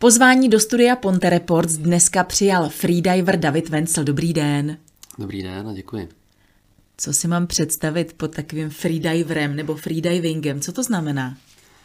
Pozvání do studia Ponte Reports dneska přijal freediver David Wenzl. Dobrý den. Dobrý den a děkuji. Co si mám představit pod takovým freediverem nebo freedivingem? Co to znamená?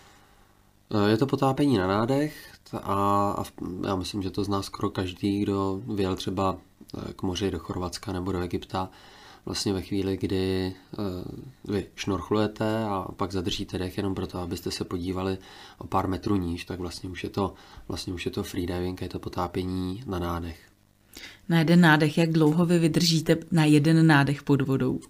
Je to potápění na nádech a já myslím, že to zná skoro každý, kdo vyjel třeba k moři do Chorvatska nebo do Egypta. Vlastně ve chvíli, kdy vy šnorchlujete a pak zadržíte dech jenom proto, abyste se podívali o pár metrů níž, tak vlastně už je to freediving, je to potápění na nádech. Na jeden nádech, jak dlouho vy vydržíte na jeden nádech pod vodou?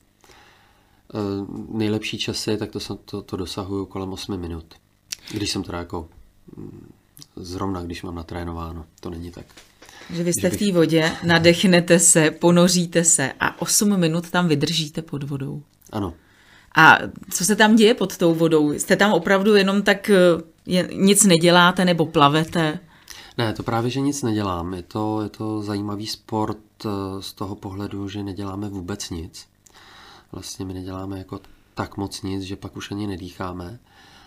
Nejlepší časy, tak to dosahuju kolem 8 minut. Když jsem teda jako zrovna, když mám natrénováno, to není tak. Že vy jste v té vodě, nadechnete se, ponoříte se a 8 minut tam vydržíte pod vodou. Ano. A co se tam děje pod tou vodou? Jste tam opravdu jenom tak nic neděláte nebo plavete? Ne, to právě, že nic nedělám. Je to zajímavý sport z toho pohledu, že neděláme vůbec nic. Vlastně my neděláme jako tak moc nic, že pak už ani nedýcháme.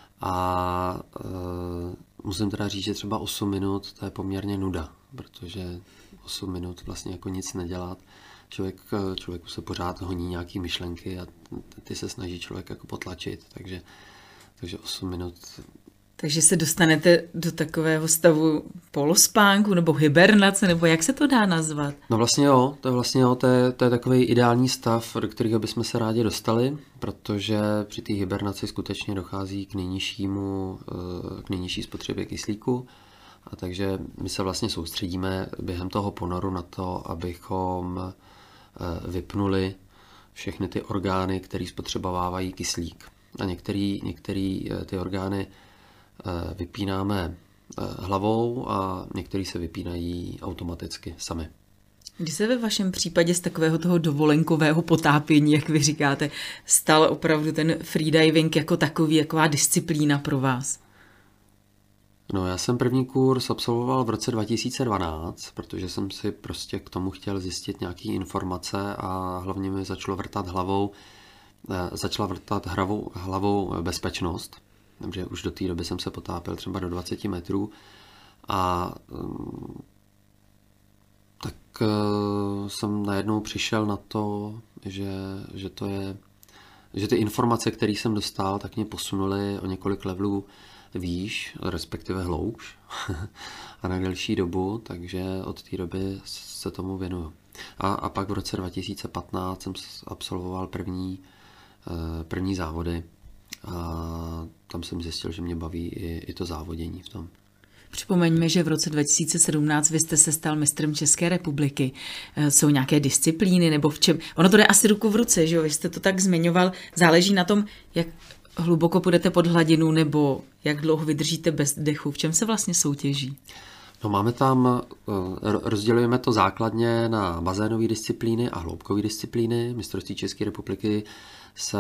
A musím teda říct, že třeba 8 minut to je poměrně nuda, protože 8 minut vlastně jako nic nedělat. Člověku se pořád honí nějaký myšlenky a ty se snaží člověk jako potlačit, takže 8 minut. Takže se dostanete do takového stavu polospánku nebo hibernace, nebo jak se to dá nazvat? No vlastně jo, to je takový ideální stav, do kterého bychom se rádi dostali, protože při té hibernaci skutečně dochází k nejnižší spotřebě kyslíku. A takže my se vlastně soustředíme během toho ponoru na to, abychom vypnuli všechny ty orgány, které spotřebovávají kyslík. A některé ty orgány vypínáme hlavou a některé se vypínají automaticky sami. Kdy se ve vašem případě z takového toho dovolenkového potápění, jak vy říkáte, stal opravdu ten freediving jako taková disciplína pro vás? No, já jsem první kurz absolvoval v roce 2012, protože jsem si prostě k tomu chtěl zjistit nějaké informace a hlavně mi začala vrtat hlavou bezpečnost. Takže už do té doby jsem se potápěl třeba do 20 metrů a tak jsem najednou přišel na to, že ty informace, které jsem dostal, tak mě posunuly o několik levelů výš, respektive hloubš a na delší dobu, takže od té doby se tomu věnuju. A pak v roce 2015 jsem absolvoval první závody a tam jsem zjistil, že mě baví i to závodění v tom. Připomeňme, že v roce 2017 vy jste se stal mistrem České republiky. Jsou nějaké disciplíny nebo v čem? Ono to jde asi ruku v ruce, že jo? Vy jste to tak zmiňoval. Záleží na tom, jak hluboko půjdete pod hladinu nebo jak dlouho vydržíte bez dechu. V čem se vlastně soutěží? No, máme tam, rozdělujeme to základně na bazénové disciplíny a hloubkové disciplíny. Mistrovství České republiky se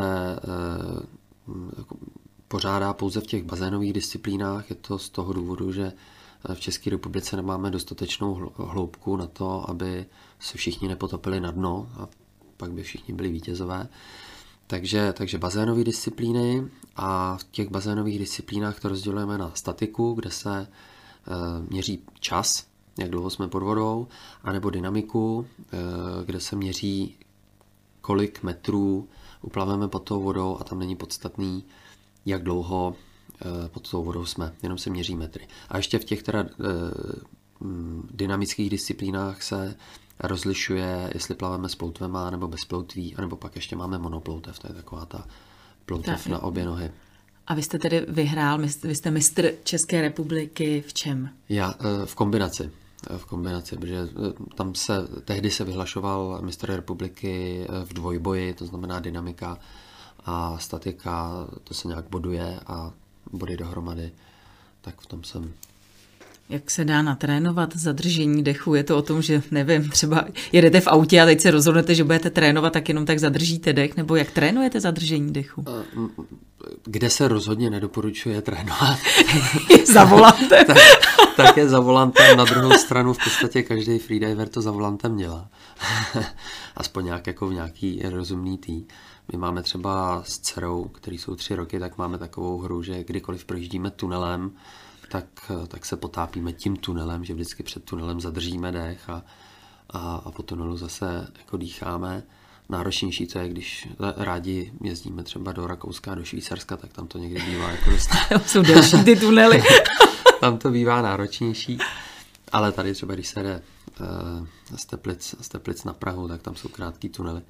pořádá pouze v těch bazénových disciplínách. Je to z toho důvodu, že v České republice nemáme dostatečnou hloubku na to, aby se všichni nepotopili na dno a pak by všichni byli vítězové. Takže bazénové disciplíny a v těch bazénových disciplínách to rozdělujeme na statiku, kde se měří čas, jak dlouho jsme pod vodou, anebo dynamiku, kde se měří, kolik metrů uplaveme pod tou vodou a tam není podstatný, jak dlouho pod tou vodou jsme, jenom se měří metry. A ještě v těch dynamických disciplínách se rozlišuje, jestli plaveme s ploutvema nebo bez ploutví, anebo pak ještě máme monoploutev, to je taková ta ploutev na obě nohy. A vy jste tedy vyhrál, vy jste mistr České republiky v čem? Já v kombinaci, protože tehdy se vyhlašoval mistr republiky v dvojboji, to znamená dynamika a statika, to se nějak boduje a body dohromady, tak v tom jsem. Jak se dá natrénovat zadržení dechu? Je to o tom, že nevím, třeba jedete v autě a teď se rozhodnete, že budete trénovat, tak jenom tak zadržíte dech? Nebo jak trénujete zadržení dechu? Kde se rozhodně nedoporučuje trénovat? Za volantem. tak je za volantem. Na druhou stranu v podstatě každý freediver to za volantem dělá. Aspoň nějak jako v nějaký rozumný tý. My máme třeba s dcerou, který jsou 3 roky, tak máme takovou hru, že kdykoliv projíždíme tunelem, tak se potápíme tím tunelem, že vždycky před tunelem zadržíme dech a po tunelu zase jako dýcháme. Náročnější to je, když rádi jezdíme třeba do Rakouska, do Švýcarska, tak tam to někdy bývá jako dost... Jsou delší ty tunely. Tam to bývá náročnější, ale tady třeba, když se jde z Teplic na Prahu, tak tam jsou krátký tunely.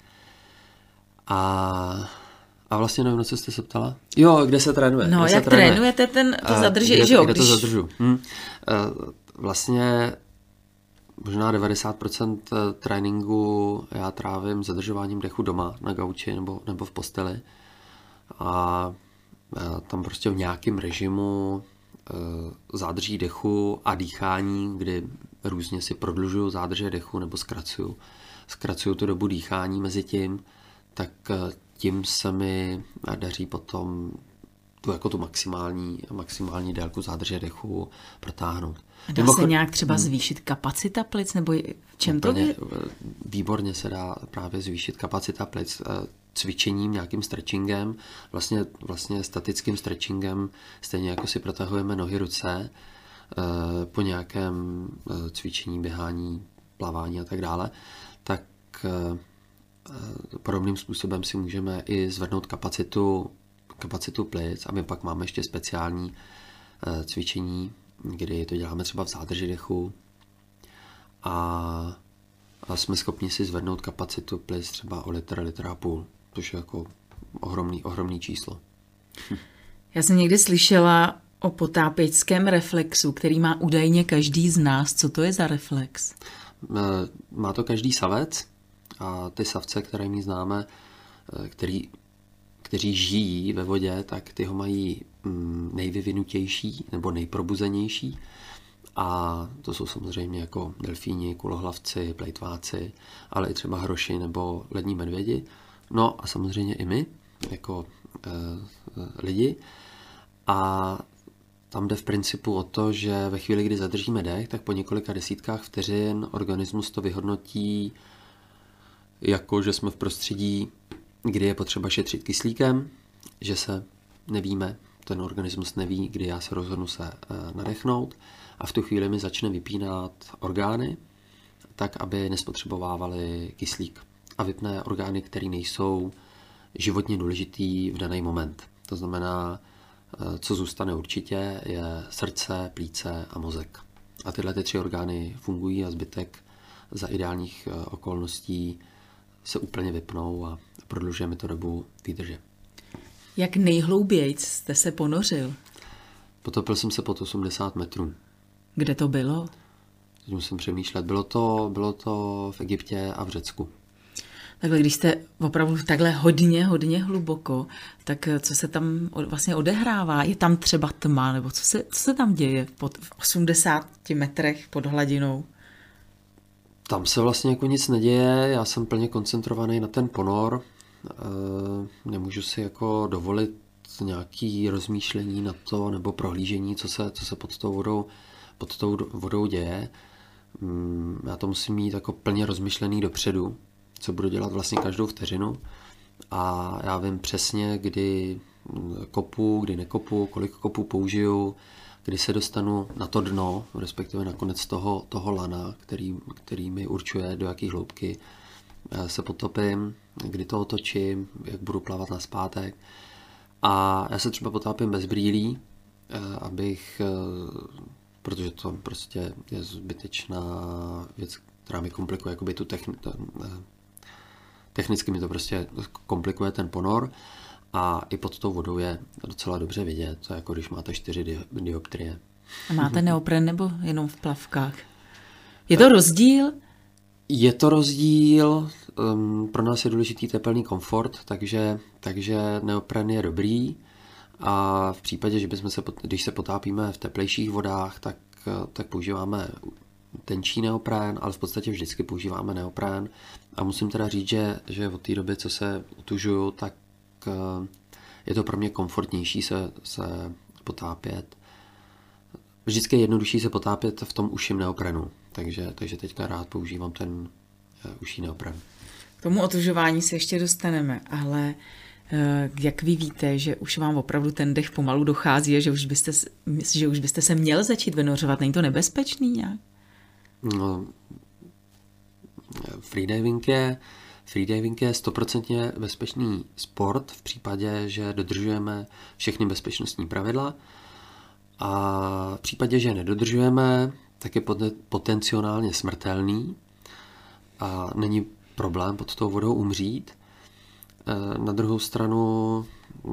A vlastně nevím, na co jste se ptala? Jo, kde se trénuje? No, jak trénujete to zadržení, že jo? Kde to zadržu? Vlastně možná 90% tréninku já trávím zadržováním dechu doma, na gauči nebo v posteli. A tam prostě v nějakém režimu zádrží dechu a dýchání, kdy různě si prodlužuju zádrže dechu nebo zkracuju tu dobu dýchání mezi tím, tak tím se mi daří potom tu maximální délku zádrže dechu protáhnout. Dá se nějak třeba zvýšit kapacita plic, nebo v čem to je? Výborně se dá právě zvýšit kapacita plic cvičením, nějakým stretchingem, vlastně statickým stretchingem, stejně jako si protahujeme nohy, ruce, po nějakém cvičení, běhání, plavání a tak dále, tak podobným způsobem si můžeme i zvednout kapacitu plic a my pak máme ještě speciální cvičení, kdy to děláme třeba v zádrži dechu a jsme schopni si zvednout kapacitu plic třeba o litr a půl, což je jako ohromný číslo. Já jsem někdy slyšela o potápěčském reflexu, který má údajně každý z nás. Co to je za reflex? Má to každý savec a ty savce, které my známe, kteří žijí ve vodě, tak ty ho mají nejvyvinutější nebo nejprobuzenější. A to jsou samozřejmě jako delfíni, kulohlavci, plejtváci, ale i třeba hroši nebo lední medvědi. No a samozřejmě i my, jako lidi. A tam jde v principu o to, že ve chvíli, kdy zadržíme dech, tak po několika desítkách vteřin organismus to vyhodnotí jako, že jsme v prostředí, kdy je potřeba šetřit kyslíkem, že se nevíme, ten organismus neví, kdy já se rozhodnu se nadechnout a v tu chvíli mi začne vypínat orgány, tak, aby nespotřebovávaly kyslík. A vypne orgány, které nejsou životně důležitý v daný moment. To znamená, co zůstane určitě, je srdce, plíce a mozek. A tyhle ty 3 orgány fungují a zbytek za ideálních okolností se úplně vypnou a prodlužujeme to dobu výdrže. Jak nejhlouběji jste se ponořil? Potopil jsem se pod 80 metrů. Kde to bylo? Teď musím přemýšlet. Bylo to v Egyptě a v Řecku. Takhle, když jste opravdu takhle hodně hluboko, tak co se tam vlastně odehrává? Je tam třeba tma, nebo co se tam děje v 80 metrech pod hladinou? Tam se vlastně jako nic neděje, já jsem plně koncentrovaný na ten ponor, nemůžu si jako dovolit nějaký rozmýšlení na to nebo prohlížení, co se pod tou vodou děje. Já to musím mít jako plně rozmyšlený dopředu, co budu dělat vlastně každou vteřinu a já vím přesně, kdy kopu, kdy nekopu, kolik kopů použiju, kdy se dostanu na to dno, respektive na konec toho lana, který mi určuje, do jaký hloubky se potopím, kdy to otočím, jak budu plavat nazpátek. A já se třeba potápím bez brýlí, protože to prostě je zbytečná věc, která mi komplikuje jakoby technicky mi to prostě komplikuje ten ponor a i pod tou vodou je docela dobře vidět, to je jako když máte 4 dioptrie. A máte neopren nebo jenom v plavkách? Je to rozdíl? Je to rozdíl, pro nás je důležitý tepelný komfort, takže neopren je dobrý a v případě, že když se potápíme v teplejších vodách, tak používáme tenčí neopren, ale v podstatě vždycky používáme neopren a musím teda říct, že od té doby, co se utužuju, tak je to pro mě komfortnější se potápět. Vždycky je jednodušší se potápět v tom uším neoprenu, takže teďka rád používám ten uší neopren. K tomu otužování se ještě dostaneme, ale Jak vy víte, že už vám opravdu ten dech pomalu dochází a že už byste se měl začít vynořovat? Není to nebezpečný nějak? No, freediving je 100% bezpečný sport v případě, že dodržujeme všechny bezpečnostní pravidla, a v případě, že nedodržujeme, tak je potenciálně smrtelný a není problém pod tou vodou umřít. Na druhou stranu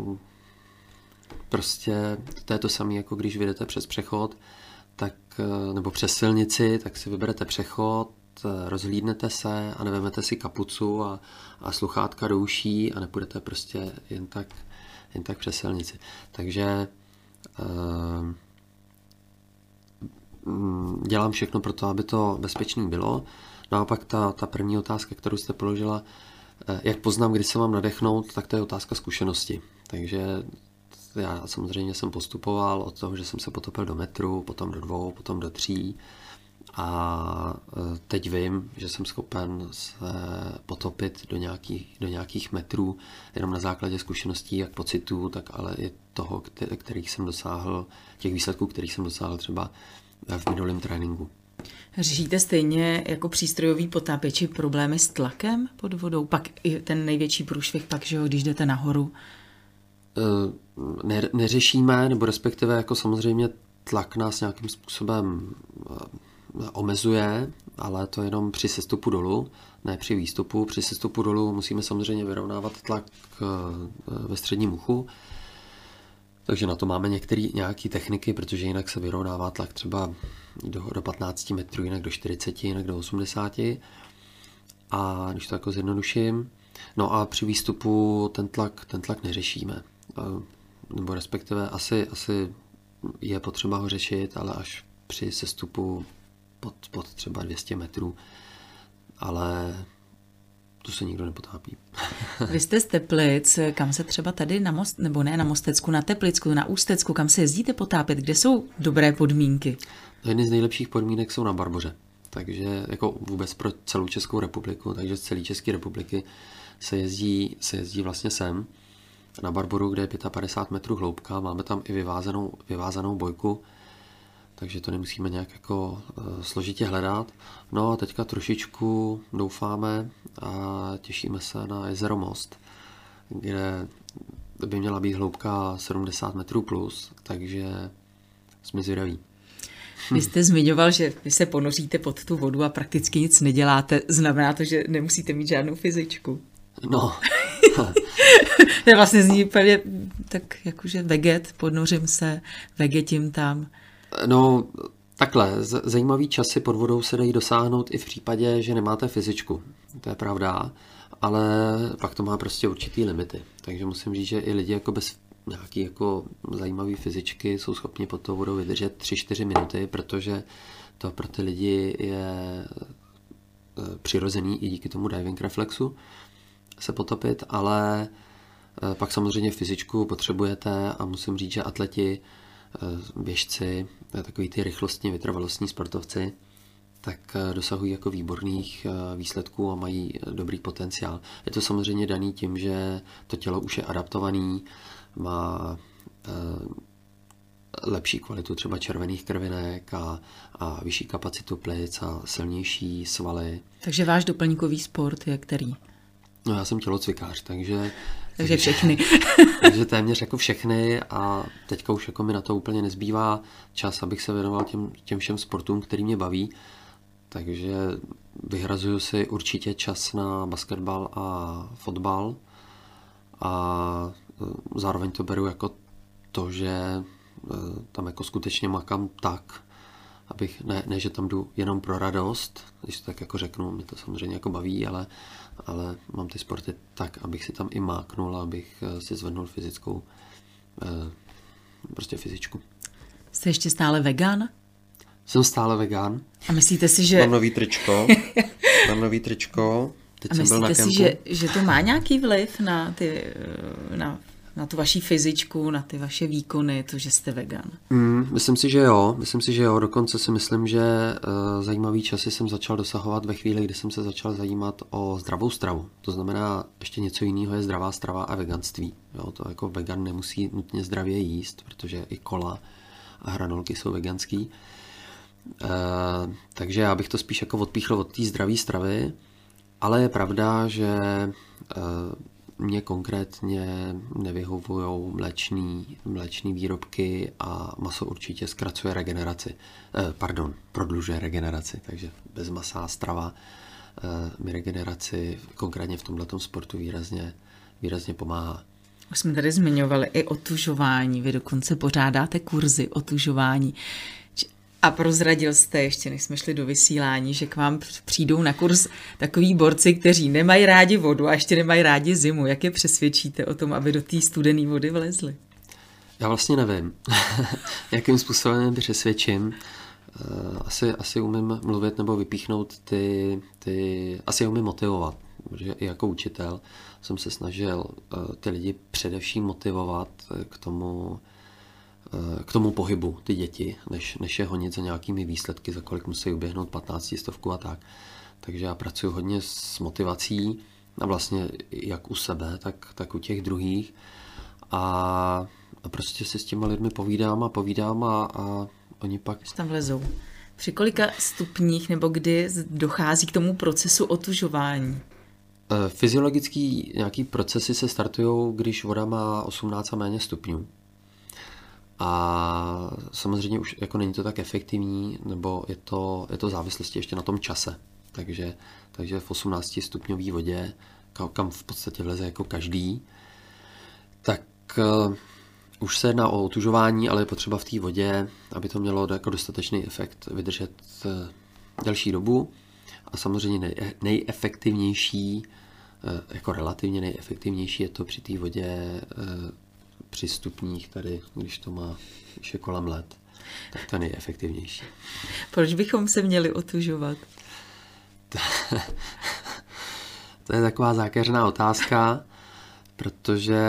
prostě to je to samé, jako když vyjdete přes přechod, tak, nebo přes silnici, tak si vyberete přechod, rozhlídnete se a nevezmete si kapucu a sluchátka do uší a nepůjdete prostě jen tak přes silnici. Takže dělám všechno pro to, aby to bezpečný bylo. Naopak ta první otázka, kterou jste položila, jak poznám, kdy se mám nadechnout, tak to je otázka zkušenosti. Takže já samozřejmě jsem postupoval od toho, že jsem se potopil do metru, potom do 2, potom do 3 a teď vím, že jsem schopen se potopit do nějakých metrů jenom na základě zkušeností, jak pocitů, tak ale i toho, těch výsledků, kterých jsem dosáhl třeba v minulém tréninku. Řešíte stejně jako přístrojoví potápěči problémy s tlakem pod vodou? Pak i ten největší průšvih, pak, že jo, když jdete nahoru? Neřešíme, nebo respektive jako samozřejmě tlak nás nějakým způsobem omezuje, ale to jenom při sestupu dolů, ne při výstupu. Při sestupu dolů musíme samozřejmě vyrovnávat tlak ve středním uchu, takže na to máme nějaké techniky, protože jinak se vyrovnává tlak třeba do 15 metrů, jinak do 40, jinak do 80. A když to jako zjednoduším, no a při výstupu ten tlak neřešíme. Nebo respektive asi je potřeba ho řešit, ale až při sestupu pod třeba 200 metrů. Ale to se nikdo nepotápí. Vy jste z Teplic, kam se třeba tady nebo ne na Mostecku, na Teplicku, na Ústecku, kam se jezdíte potápět? Kde jsou dobré podmínky? Jedny z nejlepších podmínek jsou na Barboře. Takže jako vůbec pro celou Českou republiku, takže z celé České republiky se jezdí vlastně sem na Barboru, kde je 55 metrů hloubka, máme tam i vyvázanou bojku, takže to nemusíme nějak jako složitě hledat. No a teďka trošičku doufáme a těšíme se na jezero Most, kde by měla být hloubka 70 metrů plus, takže jsme zvědaví. Vy jste zmiňoval, že vy se ponoříte pod tu vodu a prakticky nic neděláte. Znamená to, že nemusíte mít žádnou fyzičku? No. To vlastně zní úplně tak jakože veget, podnořím se, vegetím tam. No, takhle, zajímavý časy pod vodou se dají dosáhnout i v případě, že nemáte fyzičku. To je pravda, ale pak to má prostě určitý limity. Takže musím říct, že i lidi jako bez nějaký jako zajímavý fyzičky jsou schopni pod tou vodou vydržet 3-4 minuty, protože to pro ty lidi je přirozený i díky tomu diving reflexu se potopit, ale pak samozřejmě fyzičku potřebujete a musím říct, že atleti, běžci, takový ty rychlostně vytrvalostní sportovci, tak dosahují jako výborných výsledků a mají dobrý potenciál. Je to samozřejmě daný tím, že to tělo už je adaptovaný, má lepší kvalitu třeba červených krvinek a vyšší kapacitu plic a silnější svaly. Takže váš doplňkový sport je který? No já jsem tělocvikář, takže všechny. Takže téměř jako všechny a teďka už jako mi na to úplně nezbývá čas, abych se věnoval těm všem sportům, který mě baví. Takže vyhrazuju si určitě čas na basketbal a fotbal a zároveň to beru jako to, že tam jako skutečně makám tak, abych, ne že tam jdu jenom pro radost, když to tak jako řeknu, mě to samozřejmě jako baví, ale mám ty sporty tak, abych si tam i máknul, abych si zvednul prostě fyzičku. Jste ještě stále vegan? Jsem stále vegan. A myslíte si, že... Mám nový tričko. Teď a myslíte si, že to má nějaký vliv na na tu vaši fyzičku, na ty vaše výkony, to, že jste vegan? Myslím si, že jo. Dokonce si myslím, že zajímavý časy jsem začal dosahovat ve chvíli, kdy jsem se začal zajímat o zdravou stravu. To znamená, ještě něco jiného je zdravá strava a veganství. Jo, to jako vegan nemusí nutně zdravě jíst, protože i kola a hranolky jsou veganský. Takže já bych to spíš jako odpíchl od té zdravé stravy, ale je pravda, že mě konkrétně nevyhovují mléčný výrobky a maso určitě zkracuje regeneraci. Prodlužuje regeneraci, takže bezmasá strava mi regeneraci konkrétně v tomhletom sportu výrazně pomáhá. Už jsme tady zmiňovali i otužování, vy dokonce pořádáte kurzy otužování. A prozradil jste, ještě než jsme šli do vysílání, že k vám přijdou na kurz takový borci, kteří nemají rádi vodu a ještě nemají rádi zimu. Jak je přesvědčíte o tom, aby do té studené vody vlezli? Já vlastně nevím, jakým způsobem přesvědčím. Asi umím mluvit nebo vypíchnout asi umím motivovat, protože i jako učitel jsem se snažil ty lidi především motivovat k tomu pohybu, ty děti, než je honit za nějakými výsledky, za kolik musí uběhnout 15 stovku a tak. Takže já pracuji hodně s motivací a vlastně jak u sebe, tak u těch druhých. A prostě si s těma lidmi povídám a oni pak... Když tam vlezou. Při kolika stupních nebo kdy dochází k tomu procesu otužování? Fyziologický nějaký procesy se startují, když voda má 18 a méně stupňů. A samozřejmě už jako není to tak efektivní, nebo je to závislosti ještě na tom čase. Takže v 18 stupňové vodě, kam v podstatě vleze jako každý, tak už se jedná o otužování, ale je potřeba v té vodě, aby to mělo jako dostatečný efekt, vydržet delší dobu. A samozřejmě nejefektivnější, jako relativně nejefektivnější je to při té vodě při stupních tady, když je kolem let, tak to je nejefektivnější. Proč bychom se měli otužovat? To je taková zákeřná otázka, protože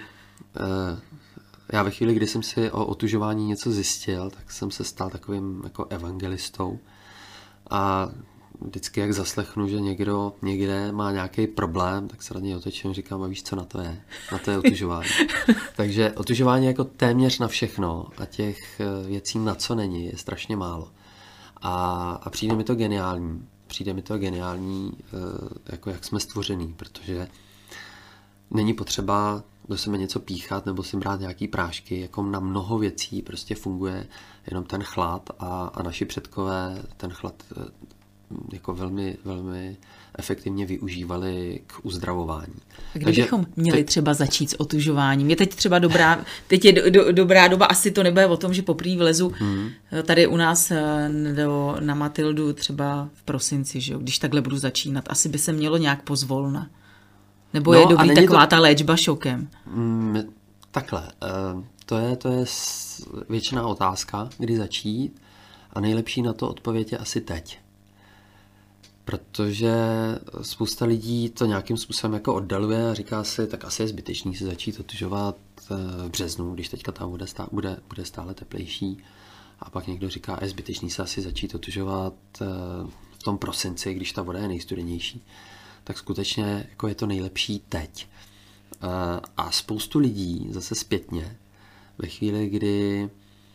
já ve chvíli, kdy jsem si o otužování něco zjistil, tak jsem se stal takovým jako evangelistou a vždycky, jak zaslechnu, že někdo někde má nějaký problém, tak se na něj otočím a říkám, a víš, co na to je? Na to je otužování. Takže otužování jako téměř na všechno a těch věcí, na co není, je strašně málo. A přijde mi to geniální. Jako jak jsme stvořený, protože není potřeba do sebe něco píchat nebo si brát nějaký prášky, jako na mnoho věcí prostě funguje jenom ten chlad a naši předkové ten chlad jako velmi, velmi efektivně využívali k uzdravování. A kdybychom měli třeba začít s otužováním? Je teď třeba teď je dobrá doba, asi to nebude o tom, že poprvé vlezu tady u nás na Matildu třeba v prosinci, že jo? Když takhle budu začínat, asi by se mělo nějak pozvolna. Nebo je dobrý taková ta léčba šokem? Takhle, to je věčná otázka, kdy začít a nejlepší na to odpověď je asi teď. Protože spousta lidí to nějakým způsobem jako oddaluje a říká si, tak asi je zbytečný se začít otužovat v březnu, když teďka tam bude stále teplejší. A pak někdo říká, je zbytečný se asi začít otužovat v tom prosinci, když ta voda je nejstudenější. Tak skutečně jako je to nejlepší teď. A spoustu lidí zase zpětně, ve chvíli, kdy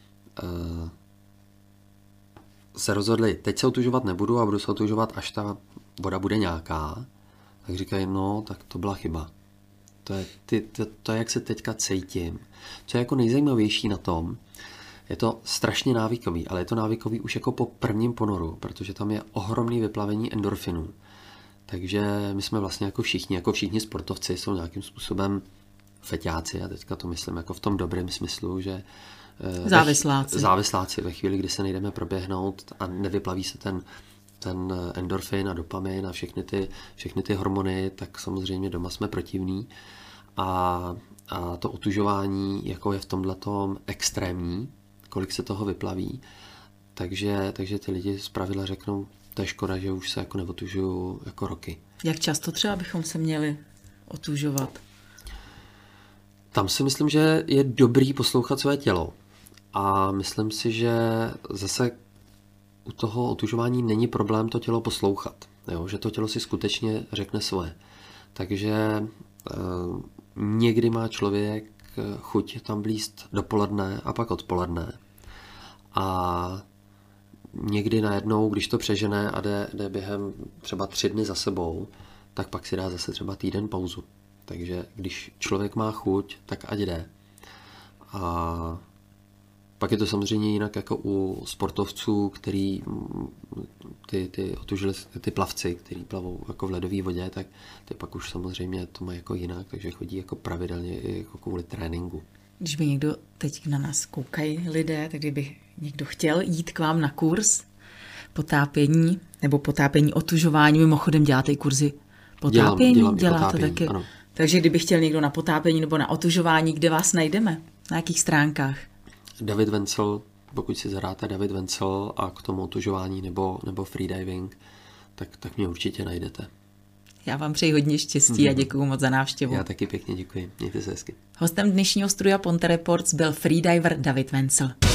se rozhodli, teď se otužovat nebudu a budu se otužovat, až ta voda bude nějaká, tak říkají, no, tak to byla chyba. To je, jak se teďka cítím. Co je jako nejzajímavější na tom, je to strašně návykový, ale je to návykový už jako po prvním ponoru, protože tam je ohromný vyplavení endorfinů. Takže my jsme vlastně jako všichni sportovci jsou nějakým způsobem feťáci, a teďka to myslím jako v tom dobrém smyslu, že závisláci ve chvíli, kdy se nejdeme proběhnout a nevyplaví se ten endorfin a dopamin a všechny ty hormony, tak samozřejmě doma jsme protivní a to otužování jako je v tomhletom extrémní, kolik se toho vyplaví, takže ty lidi zpravidla řeknou, to je škoda, že už se jako neotužuju jako roky. Jak často třeba bychom se měli otužovat? Tam si myslím, že je dobrý poslouchat své tělo. A myslím si, že zase u toho otužování není problém to tělo poslouchat. Jo? Že to tělo si skutečně řekne svoje. Takže někdy má člověk chuť tam vlízt dopoledne a pak odpoledne. A někdy najednou, když to přežene a jde během třeba 3 dny za sebou, tak pak si dá zase třeba týden pauzu. Takže když člověk má chuť, tak ať jde. A pak je to samozřejmě jinak jako u sportovců, který otužili ty plavci, kteří plavou jako v ledové vodě, tak ty pak už samozřejmě to mají jako jinak, takže chodí jako pravidelně i jako kvůli tréninku. Když by někdo, teď na nás koukají lidé, tak kdyby někdo chtěl jít k vám na kurz potápění nebo potápění otužování, mimochodem děláte i kurzy potápění? Děláte taky. Ano. Takže kdyby chtěl někdo na potápění nebo na otužování, kde vás najdeme? Na jakých stránkách? David Vencel, pokud si zadáte David Vencel a k tomu otužování nebo freediving, tak mě určitě najdete. Já vám přeji hodně štěstí a děkuju moc za návštěvu. Já taky pěkně děkuji. Mějte se hezky. Hostem dnešního studia Ponte Reports byl freediver David Vencel.